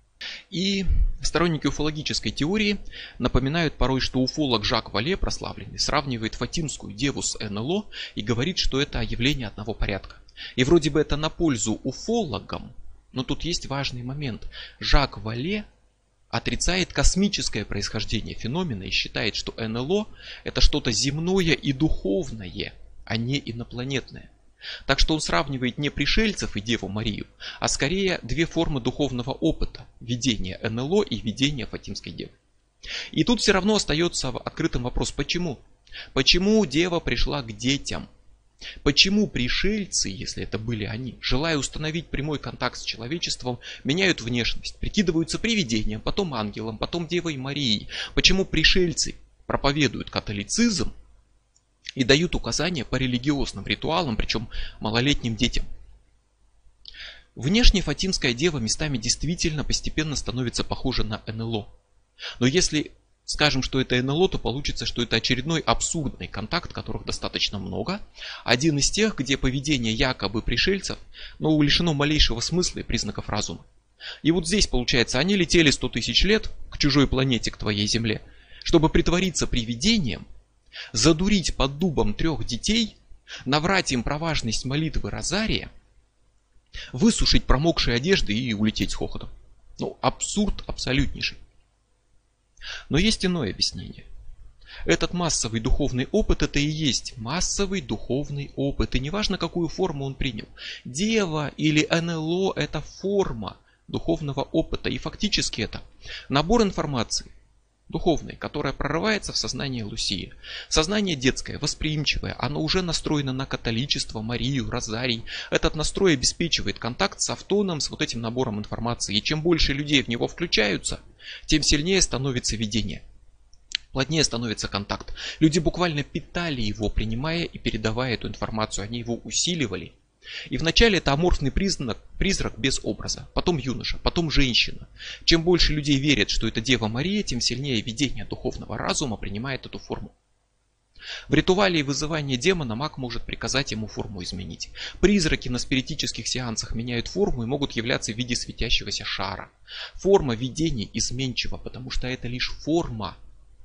[SPEAKER 1] И сторонники уфологической теории напоминают порой, что уфолог Жак Вале, прославленный, сравнивает фатимскую деву с эн эл о и говорит, что это явление одного порядка. И вроде бы это на пользу уфологам, но тут есть важный момент. Жак Вале отрицает космическое происхождение феномена и считает, что эн эл о это что-то земное и духовное, а не инопланетное. Так что он сравнивает не пришельцев и Деву Марию, а скорее две формы духовного опыта – видение эн эл о и видение Фатимской Девы. И тут все равно остается открытым вопрос, почему? Почему Дева пришла к детям? Почему пришельцы, если это были они, желая установить прямой контакт с человечеством, меняют внешность, прикидываются привидением, потом ангелом, потом Девой Марией? Почему пришельцы проповедуют католицизм и дают указания по религиозным ритуалам, причем малолетним детям? Внешне Фатимская Дева местами действительно постепенно становится похожа на эн эл о. Но если скажем, что это эн эл о, то получится, что это очередной абсурдный контакт, которых достаточно много. Один из тех, где поведение якобы пришельцев, но лишено малейшего смысла и признаков разума. И вот здесь получается, они летели сто тысяч лет к чужой планете, к твоей Земле, чтобы притвориться привидением, задурить под дубом трех детей, наврать им про важность молитвы Розария, высушить промокшие одежды и улететь с хохотом. Ну, абсурд абсолютнейший. Но есть иное объяснение. Этот массовый духовный опыт, это и есть массовый духовный опыт. И неважно, какую форму он принял. Дева или эн эл о это форма духовного опыта. И фактически это набор информации, духовной, которая прорывается в сознание Лусии. Сознание детское, восприимчивое, оно уже настроено на католичество, Марию, Розарий. Этот настрой обеспечивает контакт с автоном, с вот этим набором информации. И чем больше людей в него включаются, тем сильнее становится видение. Плотнее становится контакт. Люди буквально питали его, принимая и передавая эту информацию. Они его усиливали. И вначале это аморфный признак, призрак без образа, потом юноша, потом женщина. Чем больше людей верят, что это Дева Мария, тем сильнее видение духовного разума принимает эту форму. В ритуале и вызывании демона маг может приказать ему форму изменить. Призраки на спиритических сеансах меняют форму и могут являться в виде светящегося шара. Форма видений изменчива, потому что это лишь форма,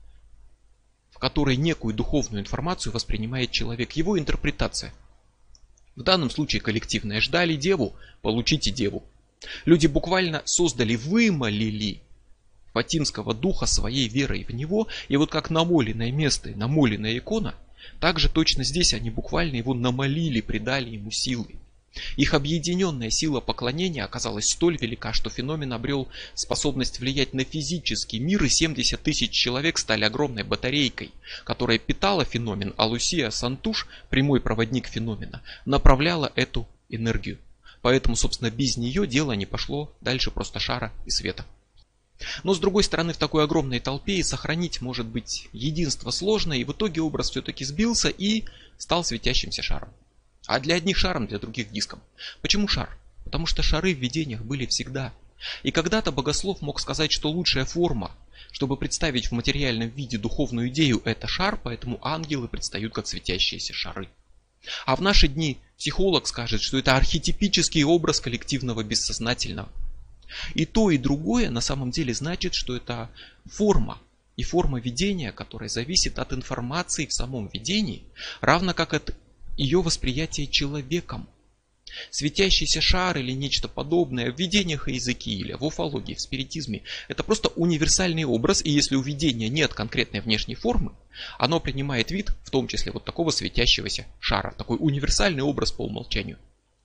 [SPEAKER 1] в которой некую духовную информацию воспринимает человек, его интерпретация. В данном случае коллективное: ждали деву, получите деву. Люди буквально создали, вымолили фатимского духа своей верой в него, и вот как намоленное место, намоленная икона, так же точно здесь они буквально его намолили, придали ему силы. Их объединенная сила поклонения оказалась столь велика, что феномен обрел способность влиять на физический мир, и семьдесят тысяч человек стали огромной батарейкой, которая питала феномен, а Лусия Сантуш, прямой проводник феномена, направляла эту энергию. Поэтому, собственно, без нее дело не пошло дальше просто шара и света. Но с другой стороны, в такой огромной толпе и сохранить, может быть, единство сложно, и в итоге образ все-таки сбился и стал светящимся шаром. А для одних шаром, для других диском. Почему шар? Потому что шары в видениях были всегда. И когда-то богослов мог сказать, что лучшая форма, чтобы представить в материальном виде духовную идею, это шар, поэтому ангелы предстают как светящиеся шары. А в наши дни психолог скажет, что это архетипический образ коллективного бессознательного. И то, и другое на самом деле значит, что это форма. И форма видения, которая зависит от информации в самом видении, равно как от ее восприятие человеком. Светящийся шар или нечто подобное в видениях Иезекииля, в уфологии, в спиритизме — это просто универсальный образ, и если у видения нет конкретной внешней формы, оно принимает вид, в том числе вот такого светящегося шара, такой универсальный образ по умолчанию.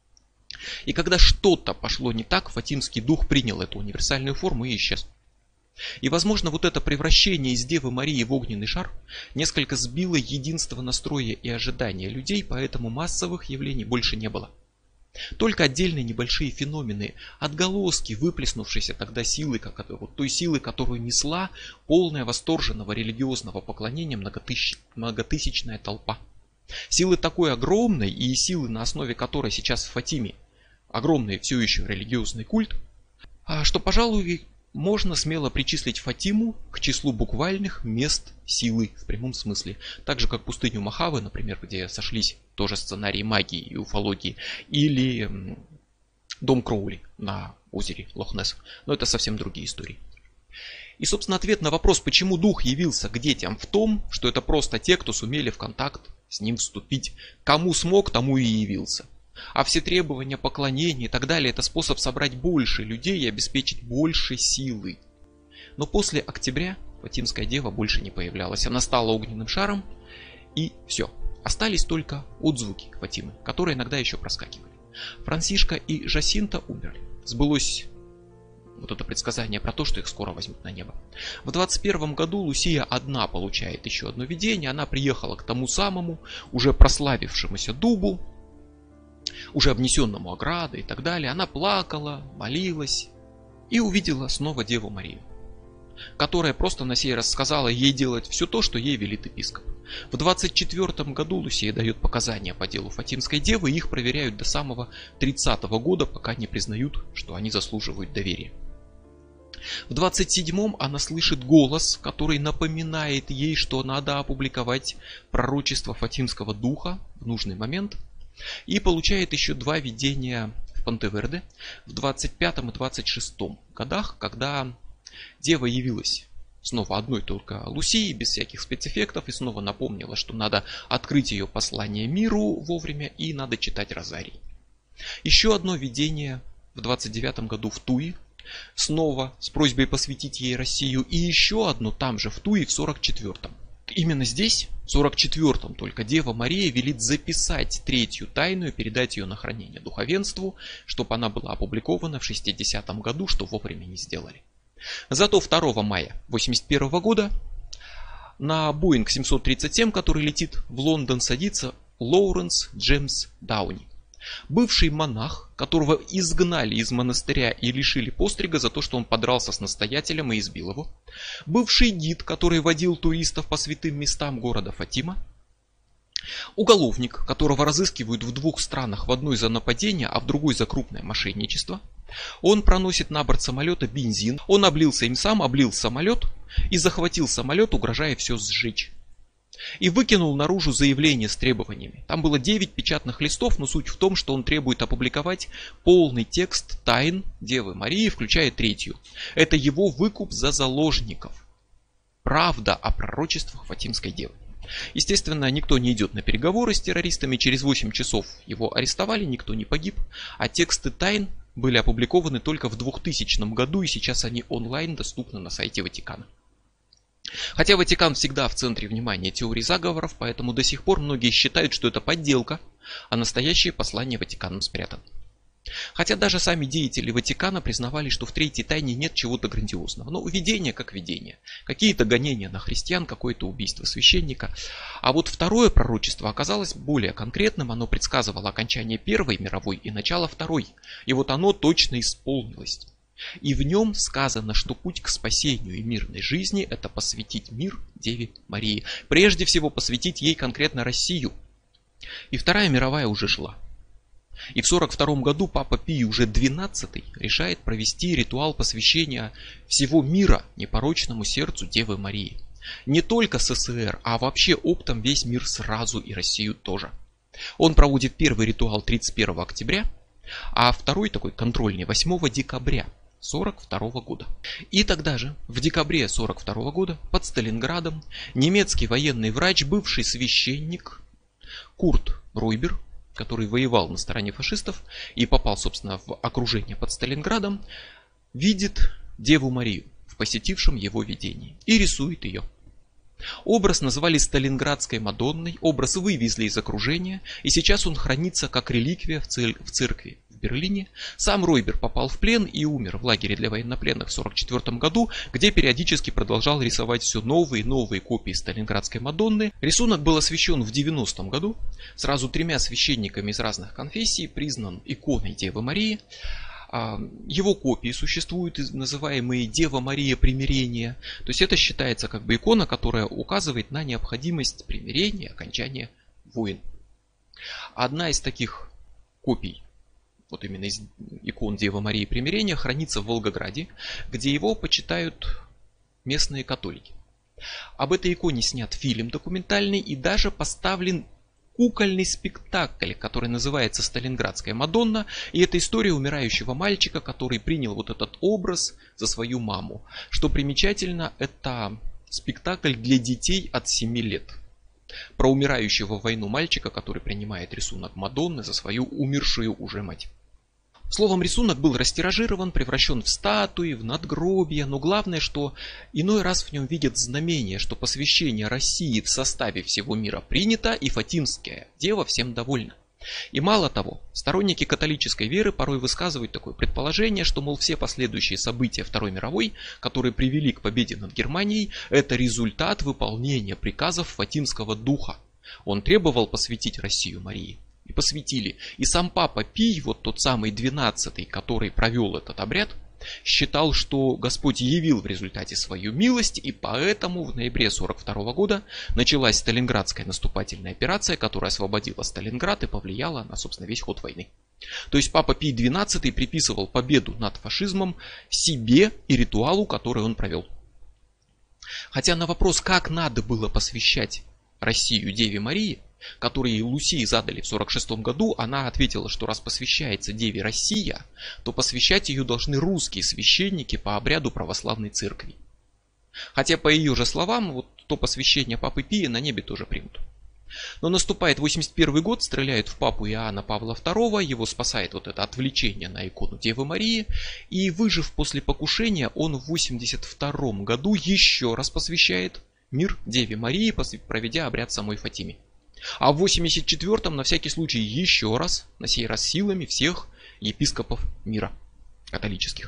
[SPEAKER 1] И когда что-то пошло не так, фатимский дух принял эту универсальную форму и исчез. И, возможно, вот это превращение из Девы Марии в огненный шар несколько сбило единство настроя и ожидания людей, поэтому массовых явлений больше не было. Только отдельные небольшие феномены, отголоски выплеснувшейся тогда силы, как вот той силы, которую несла полная восторженного религиозного поклонения многотысяч, многотысячная толпа. Силы такой огромной, и силы, на основе которой сейчас в Фатиме огромный все еще религиозный культ, что, пожалуй, можно смело причислить Фатиму к числу буквальных мест силы в прямом смысле. Так же, как пустыню Мохаве, например, где сошлись тоже сценарии магии и уфологии, или дом Кроули на озере Лох-Несс. Но это совсем другие истории. И, собственно, ответ на вопрос, почему дух явился к детям, в том, что это просто те, кто сумели в контакт с ним вступить. Кому смог, тому и явился. А все требования, поклонения и так далее — это способ собрать больше людей и обеспечить больше силы. Но после октября Фатимская дева больше не появлялась. Она стала огненным шаром, и все. Остались только отзвуки Фатимы, которые иногда еще проскакивали. Франсишка и Жасинта умерли. Сбылось вот это предсказание про то, что их скоро возьмут на небо. В двадцать первом году Лусия одна получает еще одно видение. Она приехала к тому самому, уже прославившемуся дубу, уже обнесенному оградой и так далее. Она плакала, молилась и увидела снова Деву Марию, которая просто на сей раз сказала ей делать все то, что ей велит епископ. В двадцать четвёртом году Лусия дает показания по делу Фатимской девы, и их проверяют до самого тридцатого года, пока не признают, что они заслуживают доверия. В двадцать седьмом она слышит голос, который напоминает ей, что надо опубликовать пророчество Фатимского духа в нужный момент, и получает еще два видения в Пантеверде в двадцать пятом и двадцать шестом годах, когда дева явилась снова одной только Лусии, без всяких спецэффектов, и снова напомнила, что надо открыть ее послание миру вовремя и надо читать розарий. Еще одно видение в двадцать девятом году в Туи, снова с просьбой посвятить ей Россию, и еще одно там же в Туи в сорок четвёртом. Именно здесь, в сорок четвёртом, только Дева Мария велит записать третью тайну и передать ее на хранение духовенству, чтобы она была опубликована в шестидесятом году, что вовремя не сделали. Зато второго мая тысяча девятьсот восемьдесят первого года на Боинг семьсот тридцать семь, который летит в Лондон, садится Лоуренс Джеймс Дауни. Бывший монах, которого изгнали из монастыря и лишили пострига за то, что он подрался с настоятелем и избил его. Бывший гид, который водил туристов по святым местам города Фатима. Уголовник, которого разыскивают в двух странах, в одной за нападение, а в другой за крупное мошенничество. Он проносит на борт самолета бензин. Он облился им сам, облил самолет и захватил самолет, угрожая все сжечь. И выкинул наружу заявление с требованиями. Там было девять печатных листов, но суть в том, что он требует опубликовать полный текст тайн Девы Марии, включая третью. Это его выкуп за заложников. Правда о пророчествах Фатимской Девы. Естественно, никто не идет на переговоры с террористами. Через восемь часов его арестовали, никто не погиб. А тексты тайн были опубликованы только в двухтысячном году, и сейчас они онлайн доступны на сайте Ватикана. Хотя Ватикан всегда в центре внимания теорий заговоров, поэтому до сих пор многие считают, что это подделка, а настоящее послание Ватиканом спрятано. Хотя даже сами деятели Ватикана признавали, что в третьей тайне нет чего-то грандиозного. Но видение как видение. Какие-то гонения на христиан, какое-то убийство священника. А вот второе пророчество оказалось более конкретным. Оно предсказывало окончание Первой мировой и начало Второй. И вот оно точно исполнилось. И в нем сказано, что путь к спасению и мирной жизни — это посвятить мир Деве Марии. Прежде всего посвятить ей конкретно Россию. И Вторая мировая уже шла. И в сорок втором году Папа Пий уже двенадцатый решает провести ритуал посвящения всего мира непорочному сердцу Девы Марии. Не только СССР, а вообще оптом весь мир сразу, и Россию тоже. Он проводит первый ритуал тридцать первого октября, а второй такой контрольный восьмого декабря сорок второго года. И тогда же, в декабре сорок второго года, под Сталинградом, немецкий военный врач, бывший священник Курт Ройбер, который воевал на стороне фашистов и попал, собственно, в окружение под Сталинградом, видит Деву Марию в посетившем его видении и рисует ее. Образ назвали Сталинградской Мадонной, образ вывезли из окружения, и сейчас он хранится как реликвия в, цер- в церкви в Берлине. Сам Ройбер попал в плен и умер в лагере для военнопленных в сорок четвёртом году, где периодически продолжал рисовать все новые и новые копии Сталинградской Мадонны. Рисунок был освящен в девяностом году, сразу тремя священниками из разных конфессий, признан иконой Девы Марии. Его копии существуют, называемые Дева Мария примирения. То есть это считается как бы икона, которая указывает на необходимость примирения, окончания войн. Одна из таких копий, вот именно из икон Девы Марии примирения, хранится в Волгограде, где его почитают местные католики. Об этой иконе снят фильм документальный и даже поставлен кукольный спектакль, который называется «Сталинградская Мадонна». И это история умирающего мальчика, который принял вот этот образ за свою маму. Что примечательно, это спектакль для детей от семи лет. Про умирающего в войну мальчика, который принимает рисунок Мадонны за свою умершую уже мать. Словом, рисунок был растиражирован, превращен в статуи, в надгробия, но главное, что иной раз в нем видят знамение, что посвящение России в составе всего мира принято, и Фатимская Дева всем довольна. И мало того, сторонники католической веры порой высказывают такое предположение, что, мол, все последующие события Второй мировой, которые привели к победе над Германией, это результат выполнения приказов Фатимского духа. Он требовал посвятить Россию Марии. И посвятили. И сам Папа Пий, вот тот самый двенадцатый, который провел этот обряд, считал, что Господь явил в результате свою милость, и поэтому в ноябре сорок второго года началась Сталинградская наступательная операция, которая освободила Сталинград и повлияла на, собственно, весь ход войны. То есть Папа Пий двенадцатый приписывал победу над фашизмом себе и ритуалу, который он провел. Хотя на вопрос, как надо было посвящать Россию Деве Марии, которые Лусии задали в сорок шестом году, она ответила, что раз посвящается Деве Россия, то посвящать ее должны русские священники по обряду православной церкви. Хотя по ее же словам, вот то посвящение Папы Пия на небе тоже примут. Но наступает восемьдесят первый год, стреляют в папу Иоанна Павла второго, его спасает вот это отвлечение на икону Девы Марии, и выжив после покушения, он в восемьдесят втором году еще раз посвящает мир Деве Марии, проведя обряд самой Фатиме. А в восемьдесят четвёртом на всякий случай еще раз, на сей раз силами всех епископов мира католических.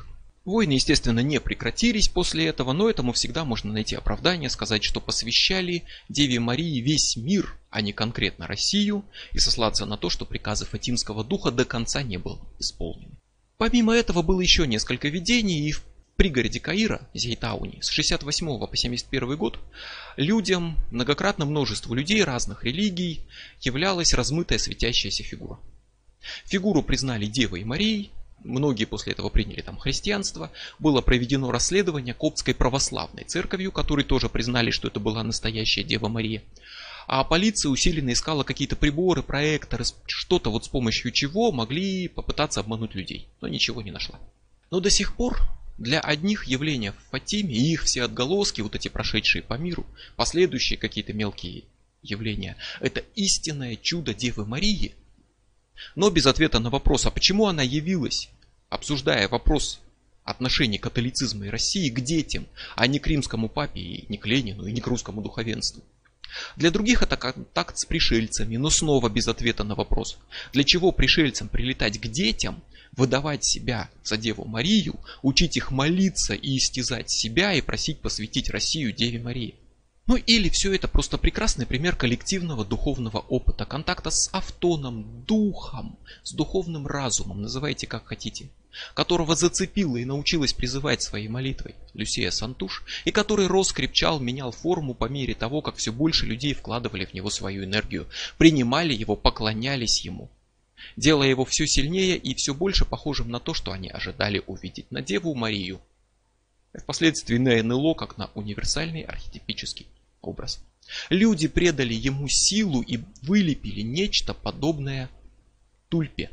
[SPEAKER 1] Войны, естественно, не прекратились после этого, но этому всегда можно найти оправдание, сказать, что посвящали Деве Марии весь мир, а не конкретно Россию, и сослаться на то, что приказы Фатимского духа до конца не был исполнены. Помимо этого было еще несколько видений, и в пригороде Каира, Зейтауне, с шестьдесят восьмого по семьдесят первый год людям, многократно множеству людей разных религий, являлась размытая светящаяся фигура. Фигуру признали Девой Марией. Многие после этого приняли там христианство. Было проведено расследование Коптской православной церковью, которые тоже признали, что это была настоящая Дева Мария. А полиция усиленно искала какие-то приборы, проекторы, что-то вот с помощью чего могли попытаться обмануть людей. Но ничего не нашла. Но до сих пор для одних явления в Фатиме и их все отголоски, вот эти прошедшие по миру, последующие какие-то мелкие явления, это истинное чудо Девы Марии. Но без ответа на вопрос, а почему она явилась, обсуждая вопрос отношений католицизма и России к детям, а не к римскому папе, и не к Ленину, и не к русскому духовенству. Для других это контакт с пришельцами, но снова без ответа на вопрос, для чего пришельцам прилетать к детям, выдавать себя за Деву Марию, учить их молиться и истязать себя и просить посвятить Россию Деве Марии. Ну или все это просто прекрасный пример коллективного духовного опыта, контакта с автоном, духом, с духовным разумом, называйте как хотите, которого зацепила и научилась призывать своей молитвой Люсия Сантуш, и который рос, крепчал, менял форму по мере того, как все больше людей вкладывали в него свою энергию, принимали его, поклонялись ему, делая его все сильнее и все больше похожим на то, что они ожидали увидеть, на Деву Марию, впоследствии на эн эл о как на универсальный архетипический образ. Люди предали ему силу и вылепили нечто подобное тульпе.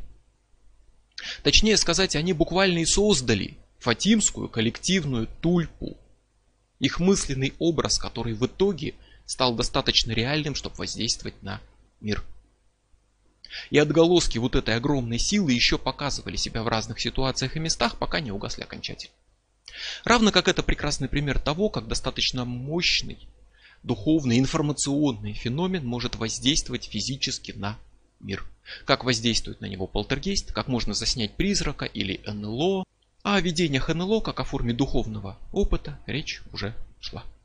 [SPEAKER 1] Точнее сказать, они буквально и создали фатимскую коллективную тульпу. Их мысленный образ, который в итоге стал достаточно реальным, чтобы воздействовать на мир. И отголоски вот этой огромной силы еще показывали себя в разных ситуациях и местах, пока не угасли окончательно. Равно как это прекрасный пример того, как достаточно мощный духовный информационный феномен может воздействовать физически на мир. Как воздействует на него полтергейст, как можно заснять призрака или эн эл о. А о видениях эн эл о как о форме духовного опыта речь уже шла.